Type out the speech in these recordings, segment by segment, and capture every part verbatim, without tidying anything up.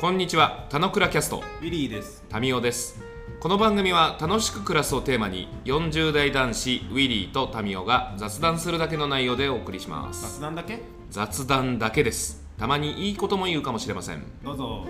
こんにちは、たのくらキャストウィリーです。 タミオです。この番組は楽しく暮らすをテーマによんじゅう代男子ウィリーとタミオが雑談するだけの内容でお送りします。 雑談だけ？ 雑談だけです。たまにいいことも言うかもしれません。 どうぞ。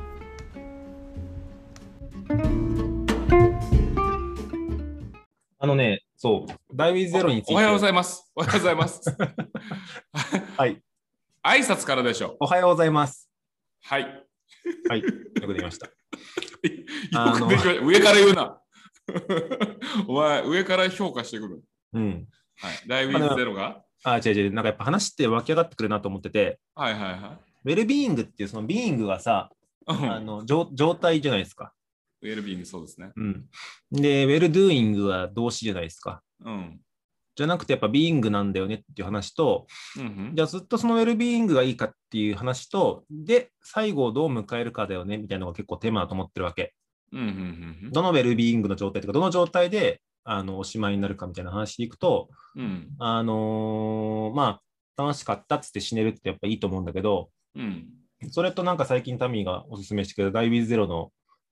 あのね、そう、ダイウィズゼロについて。 おはようございます。おはようございます。 はい。 挨拶からでしょ。 おはようございます。 はい。 はい。よくできました。 よくできました。上から言うな。お前、上から評価してくる。 うん。 はい。ダイウィズゼロがあ、違う違う。なんかやっぱ話って湧き上がってくるなと思ってて。 はいはいはい。 ウェルビーイングっていうそのビーイングがさ、あの状状態じゃないですか。 ウェルビーイングそうですね。 うん。で、ウェルドゥーイングは動詞じゃないですか。 うん。 じゃなくてやっぱビーイングなんだよねっていう話と、うんうん、じゃあずっとそのウェルビーイングがいいかっていう話と、で、最後をどう迎えるかだよねみたいなのが結構テーマだと思ってるわけ。 うんうんうん、 どのウェルビーイングの状態とか、どの状態であのおしまいになるかみたいな話でいくと、うん、あのー、まあ、楽しかったっつって死ねるってやっぱいいと思うんだけど、うん、それとなんか最近タミーがおすすめしてくれたダイウィズゼロの、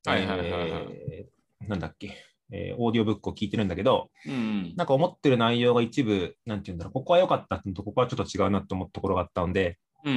なんだっけ、えー、オーディオブックを聞いてるんだけど、うん、なんか思ってる内容が一部、なんていうんだろう、ここは良かったってとここはちょっと違うなと思うところがあったので、うんうん、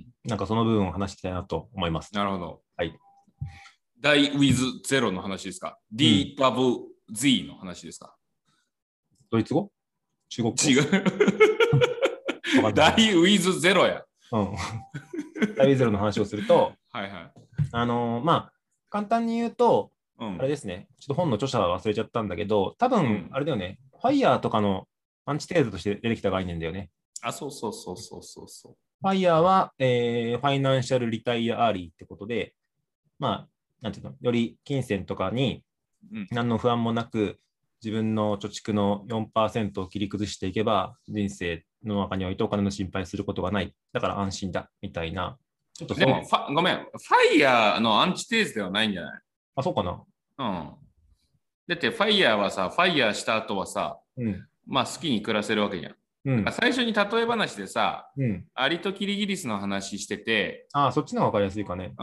なんかその部分を話していきたいなと思います。 なるほど。 はい。 ダイウィズゼロの話ですか？ ディーダブリューゼー の話ですか？ ドイツ語？中国語？ 違う。ダイウィズゼロや。 うん。ダイウィズゼロの話をすると、 はいはい。 あのー、まあ、簡単に言うと、うん、あれですね、ちょっと本の著者は忘れちゃったんだけど、多分、あれだよね、うん、ファイヤーとかのアンチテーゼとして出てきた概念だよね。 あ、そうそうそうそうそうそう。 ファイヤーは、えー、ファイナンシャルリタイアアーリーってことで、まあ、なんていうの、より金銭とかに何の不安もなく、自分の貯蓄の よんパーセント を切り崩していけば、人生の中においてお金の心配することがない。だから安心だ、みたいな。 ちょっとでもファ、ごめん、ファイヤーのアンチテーゼではないんじゃない？ あ、そうかな。 うん。だってファイヤーはさ、ファイヤーした後はさ、うん、まあ好きに暮らせるわけじゃん。うん、最初に例え話でさ、うん、アリとキリギリスの話してて、 ああ、そっちの方が分かりやすいかね。 うん。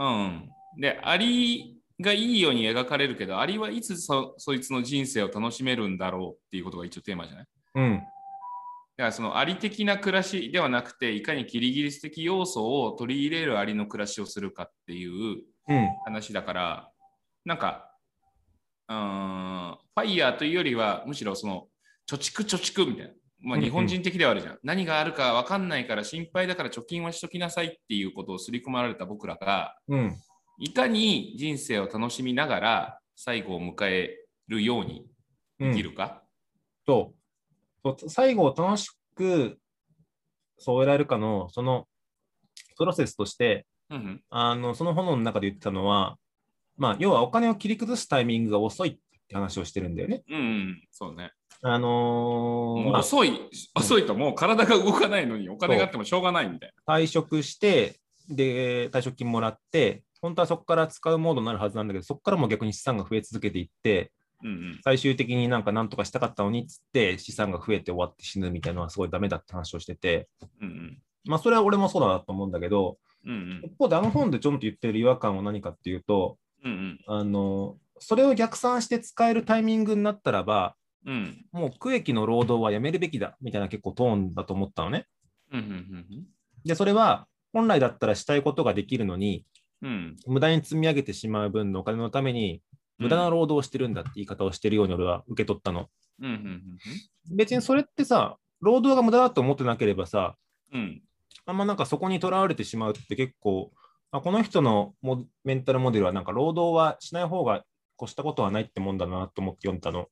で、アリがいいように描かれるけど、アリはいつ そ, そいつの人生を楽しめるんだろうっていうことが一応テーマじゃない？うん。だからそのアリ的な暮らしではなくて、いかにキリギリス的要素を取り入れるアリの暮らしをするかっていう話だから、うん、なんか、うーん、ファイヤーというよりは、むしろその貯蓄貯蓄みたいな。まあ、日本人的ではあるじゃん。うんうん、何があるか分かんないから心配だから貯金はしときなさいっていうことを刷り込まれた僕らが、うん、いかに人生を楽しみながら最後を迎えるように生きるか、 うん、そう最後を楽しくそう得られるかのそのプロセスとして、うんうん、あのその本の中で言ってたのは、まあ、要はお金を切り崩すタイミングが遅いって話をしてるんだよね。 うん、うん、そうね。 あのー、 もう遅い、まあ、遅いともう体が動かないのにお金があってもしょうがないみたいな。退職して、で、退職金もらって、本当はそこから使うモードになるはずなんだけど、そこからも逆に資産が増え続けていって、うんうん、最終的になんか何とかしたかったのにっつって資産が増えて終わって死ぬみたいなのはすごいダメだって話をしてて、うんうん、まあそれは俺もそうだなと思うんだけど、うんうん、一方であの本でちょんと言ってる違和感は何かっていうと、うんうん、あのそれを逆算して使えるタイミングになったらば、うん、もう区域の労働はやめるべきだみたいな結構トーンだと思ったのね。うんうんうん、でそれは本来だったらしたいことができるのに、うん、無駄に積み上げてしまう分のお金のために無駄な労働をしてるんだって言い方をしてるように俺は受け取ったの。うんうんうんうん、別にそれってさ、労働が無駄だと思ってなければさ、うん、あんまなんかそこにとらわれてしまうって結構、あこの人のモメンタルモデルはなんか労働はしない方が越したことはないってもんだなと思って読んだの。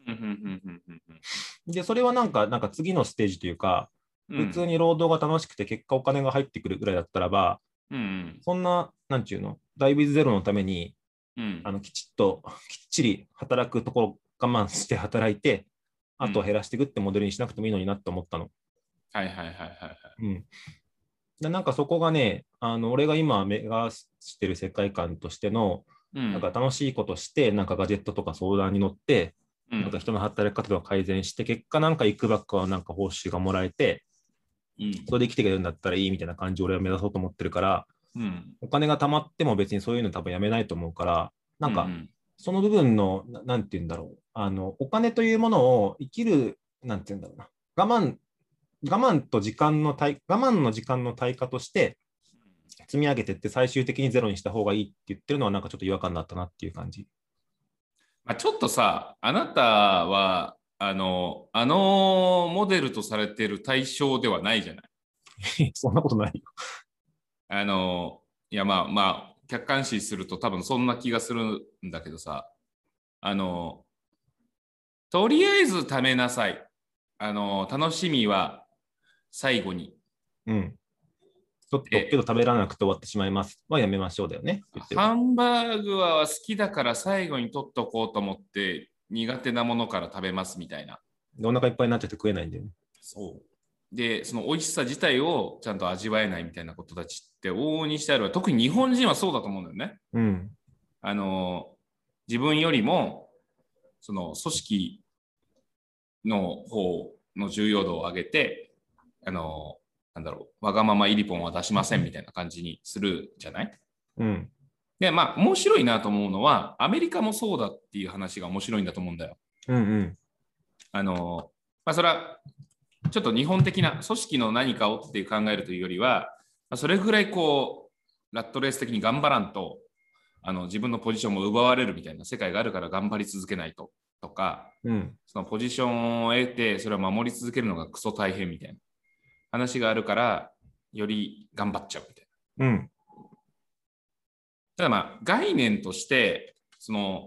で、それはなんか、なんか次のステージというか、うん、普通に労働が楽しくて結果お金が入ってくるぐらいだったらば、うん、そんな、なんちゅうの、ダイウィズゼロのために、うん、あのきちっと、きっちり働くところ我慢して働いて、あとは減らしていくってモデルにしなくてもいいのになって思ったの。 はいはいはいはいはい。 うん。でなんかそこがね、あの俺が今目指してる世界観としての、うん、なんか楽しいことして、なんかガジェットとか相談に乗って、うん、なんか人の働き方を改善して、結果なんかいくばっかはなんか報酬がもらえて、うん、それで生きていけるんだったらいいみたいな感じを俺は目指そうと思ってるから、 うん、お金が貯まっても別にそういうの多分やめないと思うから、なんか、その部分の、ななんて言うんだろう、あの、お金というものを生きる、なんて言うんだろうな、我慢、我慢と時間の対、我慢の時間の対価として、積み上げていって最終的にゼロにした方がいいって言ってるのはなんかちょっと違和感だったなっていう感じ。 まあ、ちょっとさ、あなたは、あの、あのモデルとされている対象ではないじゃない。 そんなことないよ。 あの、いやまあまあ、客観視すると多分そんな気がするんだけどさ、あの、とりあえず貯めなさい。あの、楽しみは最後に。 うん。ちょっとけど食べられなくて終わってしまいますはやめましょうだよね。 ハンバーグは好きだから最後に取っとこうと思って苦手なものから食べますみたいな。 お腹いっぱいになっちゃって食えないんだよね。 そう。で、その美味しさ自体をちゃんと味わえないみたいなことたちって往々にしてある。特に日本人はそうだと思うんだよね。 うん。 あの、自分よりも、その組織の方の重要度を上げて、あの、なんだろう、わがままイリポンは出しませんみたいな感じにするじゃない？ うん。 で、まあ、面白いなと思うのは、アメリカもそうだっていう話が面白いんだと思うんだよ。 うんうん。 あの、まあ、それは、ちょっと日本的な組織の何かをっていう考えるというよりは、それぐらいこう、ラットレース的に頑張らんと、あの自分のポジションも奪われるみたいな世界があるから頑張り続けないととか、 うん、 そのポジションを得てそれを守り続けるのがクソ大変みたいな話があるからより頑張っちゃうみたいな。うん、 ただまあ概念としてその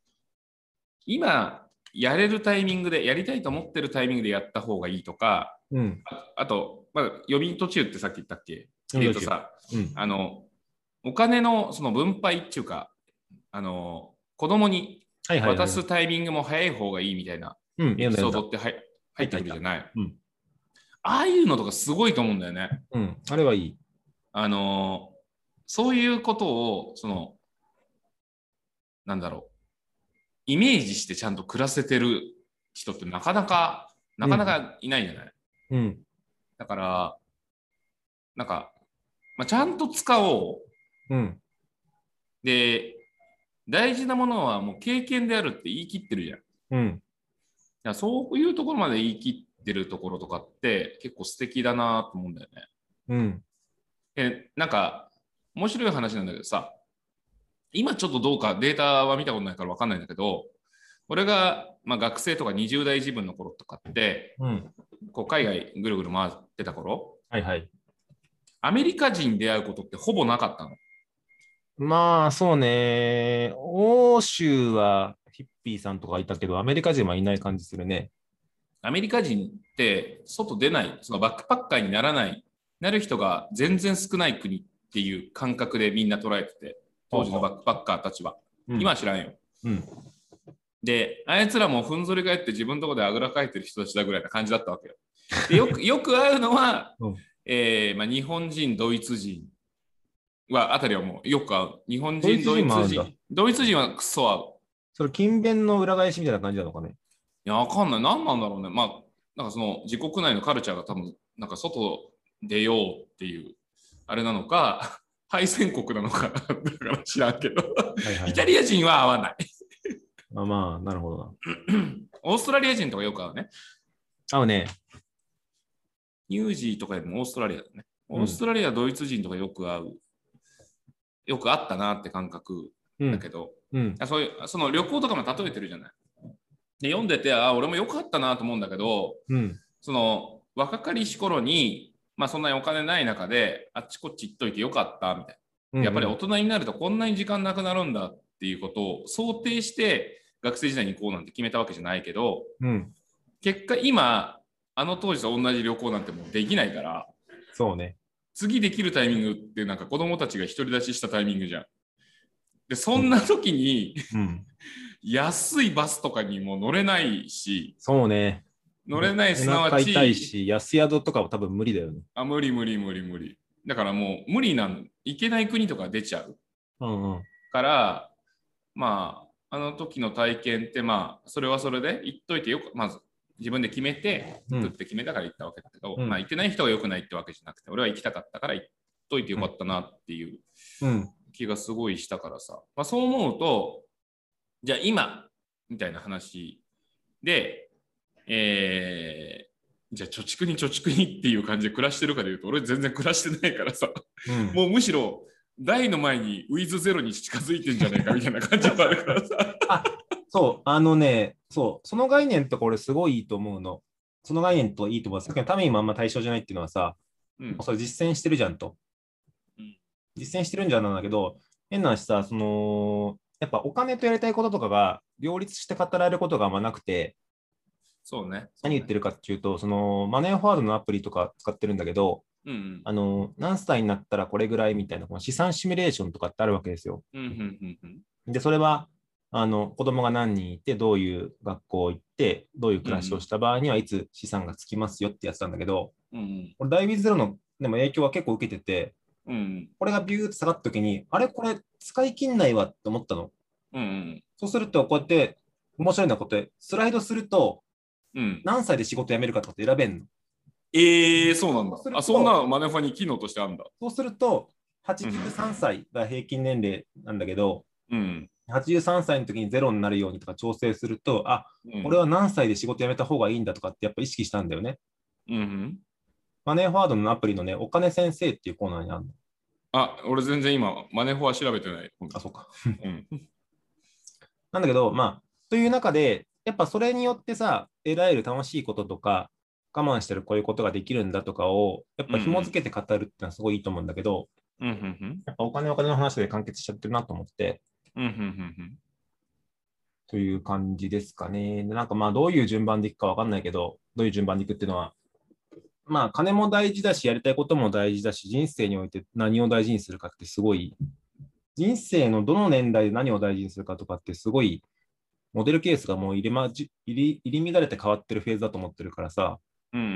今やれるタイミングでやりたいと思ってるタイミングでやった方がいいとか、 うん、 あ, あと、まあ、予備途中ってさっき言ったっけ、うん、えーとさ、 うん、 あのお金のその分配っていうか、あの子供に渡すタイミングも早い方がいいみたいなエピソードって入ってくるじゃない。ああいうのとかすごいと思うんだよね。 うん、あれはいい。 あのそういうことをそのなんだろうイメージしてちゃんと暮らせてる人ってなかなかなかなかいないじゃない。 うん、 だからなんか、まあ、ちゃんと使おう。 うん、 で大事なものはもう経験であるって言い切ってるじゃん。 うん、 いやそういうところまで言い切ってるところとかって結構素敵だなと思うんだよね。 うん、 えなんか面白い話なんだけどさ、今ちょっとどうかデータは見たことないから分かんないんだけど、俺が、まあ、学生とかにじゅう代自分の頃とかって、うん、こう海外ぐるぐる回ってた頃、 はいはい、 アメリカ人に出会うことってほぼなかったの。 まあそうね、欧州はヒッピーさんとかいたけど、アメリカ人はいない感じするね。 アメリカ人って外出ない、そのバックパッカーにならない、なる人が全然少ない国っていう感覚でみんな捉えてて、当時のバックパッカーたちは。うん、今は知らんよ。うん、で、あいつらもふんぞり返って自分のところであぐらかいてる人たちだぐらいな感じだったわけよ。でよくよく会うのは、うん、えーまあ、日本人、ドイツ人は、あたりはもうよく会う。日本人、ドイツ人、ドイツ人はクソ会う。 それ、勤勉の裏返しみたいな感じなのかね。 いや、わかんない。何なんだろうね。まあ、なんかその自国内のカルチャーが多分、なんか外出ようっていう、あれなのか、敗戦国なのか、だから知らんけど、はいはい、イタリア人は会わない。 あまあ、なるほどな。 オーストラリア人とかよく会うね。 会うね。 ニュージーとかよりもオーストラリアだね。オーストラリア、ドイツ人とかよく会う。よくあったなって感覚だけど、うんうん、そういうその旅行とかも例えてるじゃない。で読んでて、あ俺もよかったなと思うんだけど、うん、その若かりし頃に、まあ、そんなにお金ない中であっちこっち行っといてよかったみたいな、うんうん、やっぱり大人になるとこんなに時間なくなるんだっていうことを想定して学生時代に行こうなんて決めたわけじゃないけど、うん、結果今あの当時と同じ旅行なんてもうできないから。 そうね。 次できるタイミングってなんか子供たちが独り立ちしたタイミングじゃん。でそんな時に、うんうん、安いバスとかにも乗れないし、 そうね。 乗れないすなわち痛いし、安宿とかは多分無理だよね。 あ無理無理無理無理。だからもう無理なん行けない国とか出ちゃう。うんうん、からまああの時の体験ってまあそれはそれで言っといてよくまず。自分で決めて、行くって決めたから行ったわけだけど、うん、まあ行ってない人が良くないってわけじゃなくて、俺は行きたかったから行っといてよかったなっていう気がすごいしたからさ、まあ、そう思うとじゃあ今みたいな話で、えー、じゃあ貯蓄に貯蓄にっていう感じで暮らしてるかでいうと俺全然暮らしてないからさ、うん、もうむしろ大の前にウィズゼロに近づいてんじゃないかみたいな感じもあるからさあそうあのねそうその概念とか俺すごいいいと思うの。その概念といいと思う。さっきのためにもあんま対象じゃないっていうのはさ、うん、それ実践してるじゃんと、うん、実践してるんじゃなんだけど変な話さ、そのやっぱお金とやりたいこととかが両立して語られることがあんまなくて、 そうね。 何言ってるかっていうと、そのマネーフォワードのアプリとか使ってるんだけど、うんうん、あの何歳になったらこれぐらいみたいなこの資産シミュレーションとかってあるわけですよ。うんうんうんうん、で、それはあの子供が何人いて、どういう学校行って、どういう暮らしをした場合にはいつ資産がつきますよってやつなんだけど、うんうん、これダイビズゼロのでも影響は結構受けてて、うん、これがビューって下がった時に、あれこれ使い切んないわって思ったの。うんうん、そうすると、こうやって面白いなことで、スライドすると、うん、何歳で仕事辞めるかとかって選べんの。 えー、そうなんだ。そあ、そんなマネファに機能としてあるんだ。 そうすると、はちじゅうさんさいが平均年齢なんだけど、うん、はちじゅうさんさいの時にゼロになるようにとか調整すると、あ、うん、俺は何歳で仕事辞めた方がいいんだとかってやっぱ意識したんだよね。うんうん、マネーフォワードのアプリのね、お金先生っていうコーナーにあるの。 あ、俺全然今、マネーフォは調べてない。 あ、そうか。うん、なんだけど、まあ、という中で、やっぱそれによってさ、得られる楽しいこととか、我慢してるこういうことができるんだとかを、やっぱ紐付けて語るっていうのはすごいいいと思うんだけど、うんうんうん、やっぱお金お金の話で完結しちゃってるなと思って、うんうんうんうん、という感じですかね。なんかまあどういう順番でいくかわかんないけど、どういう順番でいくっていうのは、まあ金も大事だし、やりたいことも大事だし、人生において何を大事にするかってすごい、人生のどの年代で何を大事にするかとかってすごい、モデルケースがもう入り、まじ、入り、入り乱れて変わってるフェーズだと思ってるからさ、うんうんうん、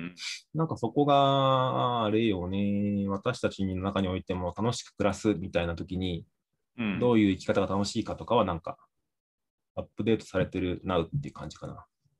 なんかそこがあれよね、私たちの中においても楽しく暮らすみたいな時に、うん、どういう生き方が楽しいかとかはなんかアップデートされてるなうっていう感じかな。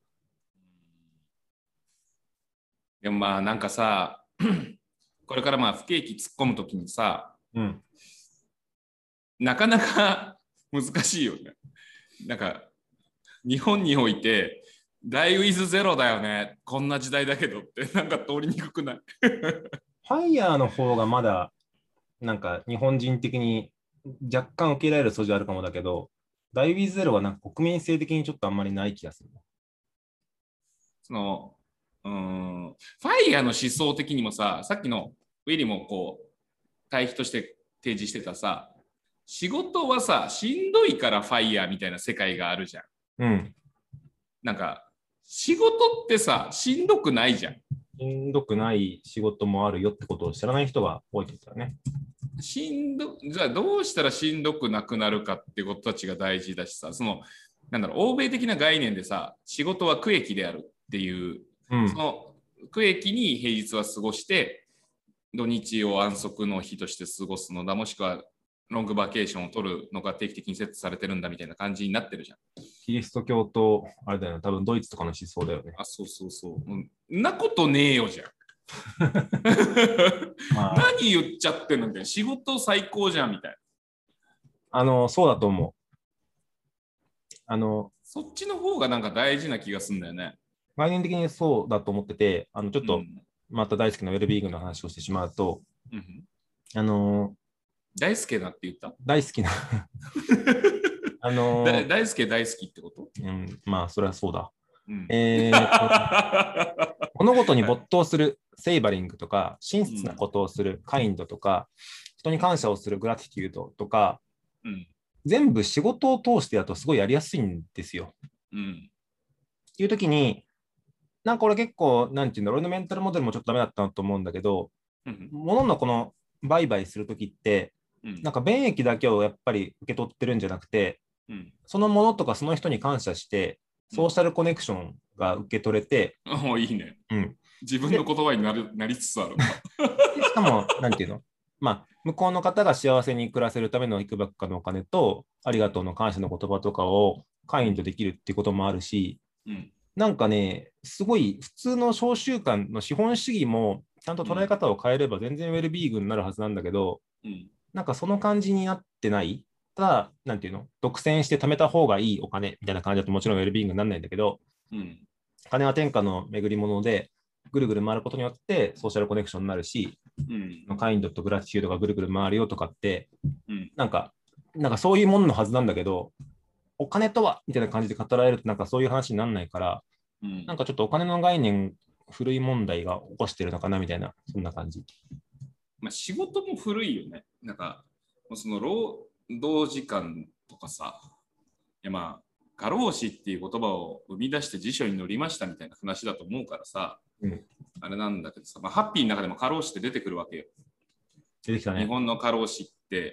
でもまあなんかさ、これからまあ不景気突っ込むときにさ、うん、なかなか難しいよね。なんか日本において大ウィズゼロだよね、こんな時代だけどってなんか通りにくくない？ ファイヤーの方がまだなんか日本人的に若干受け入れられる素地あるかもだけど、大ウィズゼロはなんか国民性的にちょっとあんまりない気がする。 そのうーんファイヤーの思想的にもさ、さっきのウィリもこう対比として提示してたさ、仕事はさしんどいからファイヤーみたいな世界があるじゃん。うん。なんか仕事ってさしんどくないじゃん。 しんどくない仕事もあるよってことを知らない人が多いですよね。 しんどじゃあどうしたらしんどくなくなるかってことたちが大事だしさ、そのなんだろう、欧米的な概念でさ、仕事は区域であるっていう、うん、その区域に平日は過ごして土日を安息の日として過ごすのだ、もしくはロングバケーションを取るのが定期的に設置されてるんだみたいな感じになってるじゃん。 キリスト教とあれだよね、多分ドイツとかの思想だよね。 あ、そうそうそう。うん、なことねえよじゃん。まあ、何言っちゃってんのみたいな。仕事最高じゃんみたいな。 あの、そうだと思う。あの、 そっちの方がなんか大事な気がするんだよね。 概念的にそうだと思ってて、あのちょっとまた大好きなウェルビーイングの話をしてしまうと、うん、あの大好きなって言った大好きなあのー、大好き大好きってこと？ うん、まあそれはそうだ。うん、えー、物事に没頭するセイバリングとか、親切なことをするカインドとか、人に感謝をするグラティテュードとか、うん、全部仕事を通してだとすごいやりやすいんですよ。うん、っていう時に、なんか俺結構、なんていうんだろう、俺のメンタルモデルもちょっとダメだったなと思うんだけど、うん、物のこの売買する時って、うん、なんか便益だけをやっぱり受け取ってるんじゃなくて、うん、そのものとかその人に感謝して、ソーシャルコネクションが受け取れて、 うん、おいいね、うん。自分の言葉になるなりつつある。 しかも、なんていうの、まあ、向こうの方が幸せに暮らせるためのいくばくかのお金と、ありがとうの感謝の言葉とかをカインドできるっていうこともあるし、うん、なんかね、すごい普通の商習慣の資本主義もちゃんと捉え方を変えれば全然ウェルビーイングになるはずなんだけど、うん、なんかその感じになってない。ただ、なんていうの、独占して貯めた方がいいお金みたいな感じだともちろんウェルビーイングにならないんだけど、うん、金は天下の巡り物で、ぐるぐる回ることによってソーシャルコネクションになるし、うん、カインドとグラティチュードがぐるぐる回るよとかって、うん、なんか、なんかそういうもののはずなんだけど、お金とはみたいな感じで語られるとなんかそういう話にならないから、うん、なんかちょっとお金の概念古い問題が起こしてるのかなみたいな、そんな感じ。 まあ、仕事も古いよね。なんか、その労働時間とかさ、いやまあ、過労死っていう言葉を生み出して辞書に載りましたみたいな話だと思うからさ、うん、あれなんだけどさ、まあ、ハッピーの中でも過労死って出てくるわけよ。 出てきたね。 日本の過労死って、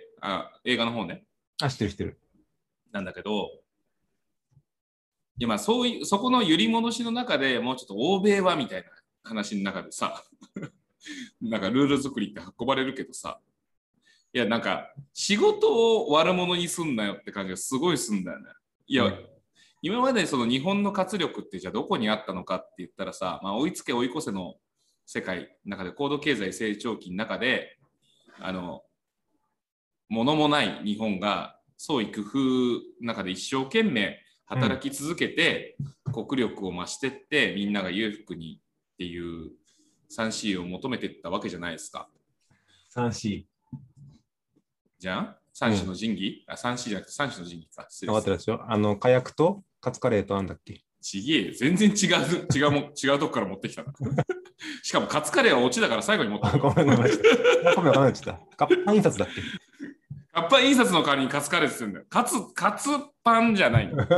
あ、映画の方ね。 あ、知ってる知ってる。 なんだけど、いやまあそういう、そこの揺り戻しの中でもうちょっと欧米はみたいな話の中でさ、なんかルール作りって運ばれるけどさ、いやなんか仕事を悪者にすんなよって感じがすごいすんだよね。いや、うん、今までその日本の活力ってじゃあどこにあったのかって言ったらさ、まあ、追いつけ追い越せの世界の中で高度経済成長期の中で、あの、物もない日本が創意工夫の中で一生懸命働き続けて、うん、国力を増してってみんなが裕福にっていう スリーシー を求めていったわけじゃないですか。 スリーシーじゃん ?スリーシー の神器、うん、あ、スリーシー じゃなくてスリーシーの神器か。 分かってるでしょ。あの、火薬とカツカレーとなんだっけ。 ちげえよ。全然違う、違うも、違うとこから持ってきたな。しかもカツカレーはオチだから最後に持ってきた。 ごめんごめん。ごめん分かんないちゃった。カッパ印刷だっけ。 カッパ印刷の代わりにカツカレーって言うんだよ。カツ、カツパンじゃないの。だ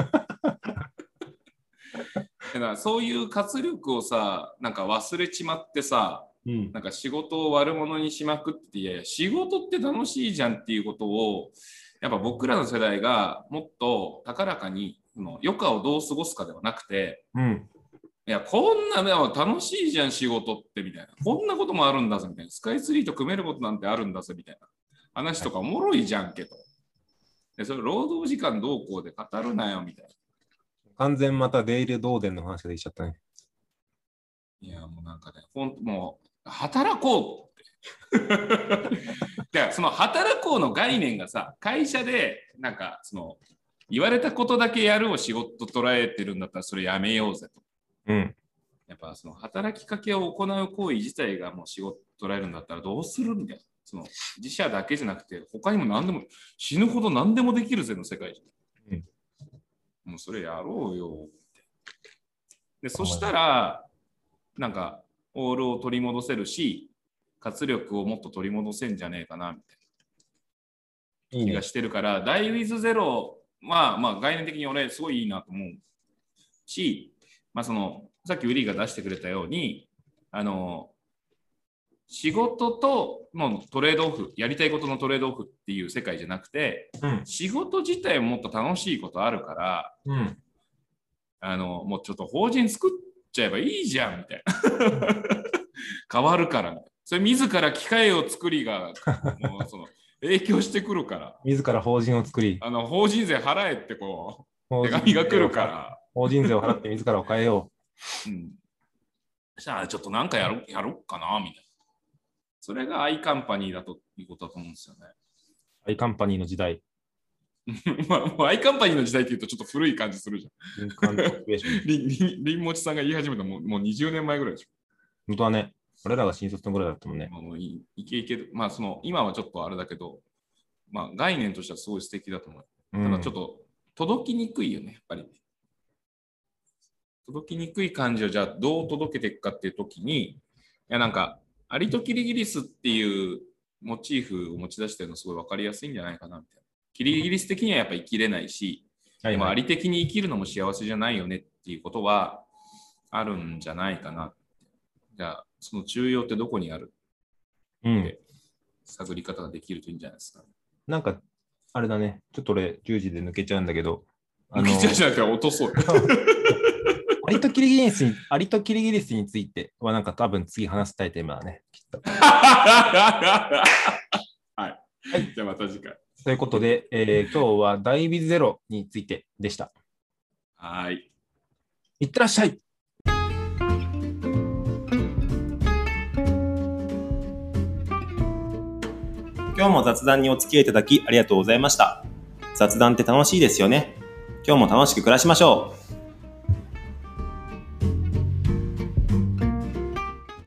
からそういう活力をさ、なんか忘れちまってさ、うん、なんか仕事を悪者にしまくって、いやいや、仕事って楽しいじゃんっていうことを、やっぱ僕らの世代がもっと高らかに、余暇をどう過ごすかではなくて、うん、いや、こんな、楽しいじゃん、仕事ってみたいな。こんなこともあるんだぞみたいな。スカイツリーと組めることなんてあるんだぞみたいな話とかおもろいじゃんけど。で、それ労働時間どうこうで語るなよみたいな。 完全またデイリードーデンの話ができちゃったね。 いや、もうなんかね、ほんもう、働こうって。で、その働こうの概念がさ、会社で、なんか、その、言われたことだけやるを仕事と捉えてるんだったら、それやめようぜと。うん。やっぱ、その、働きかけを行う行為自体がもう仕事と捉えるんだったらどうするみたいな。その、自社だけじゃなくて、他にも何でも、死ぬほど何でもできるぜの世界じゃん。うん。もうそれやろうよ。で、そしたら、なんか、オールを取り戻せるし、活力をもっと取り戻せんじゃねえかな、みたいな気がしてるから、ダイウィズゼロ、まあまあ概念的に俺すごいいいなと思うし、まあその、さっきウリーが出してくれたように、あの、仕事とのトレードオフ、やりたいことのトレードオフっていう世界じゃなくて、うん、仕事自体ももっと楽しいことあるから、うん、あの、もうちょっと法人作っちゃえばいいじゃんみたいな。変わるから。それ自ら機械を作りがもうその影響してくるから。 自ら法人を作り。 あの法人税払えってこう手紙が来るから。 法人税を払って自らを変えよう。うん。じゃあちょっとなんかやろやろっかなみたいな。それがアイカンパニーだということだと思うんですよね。 アイカンパニーの時代。 まあ、もうアイカンパニーの時代って言うとちょっと古い感じするじゃん。りんもちさんが言い始めたもうもうにじゅうねんまえぐらいでしょ。 本当はね、俺らが新卒のぐらいだったもんね。 もういけいけ、まあその今はちょっとあれだけど、まあ概念としてはすごい素敵だと思う。ただちょっと届きにくいよね、やっぱり。届きにくい感じをじゃあどう届けていくかっていうときに、いやなんか、アリとキリギリスっていうモチーフを持ち出してるのすごい分かりやすいんじゃないかなみたいな。キリギリス的にはやっぱ生きれないし、はいはい、でもアリ的に生きるのも幸せじゃないよねっていうことはあるんじゃないかな。じゃあ、その中庸ってどこにあるって探り方ができるといいんじゃないですか。 なんか、あれだね、ちょっと俺じゅうじで抜けちゃうんだけど。 抜けちゃうじゃなくて落とそう。 アリとキリギリスに、アリとキリギリスについてはなんか多分次話したいテーマだね、きっと。 はい。はい。じゃあまた次回。 ということで、えー、今日はダイビズゼロについてでした。 はい。 いってらっしゃい。 今日も雑談にお付き合いいただきありがとうございました。雑談って楽しいですよね。今日も楽しく暮らしましょう。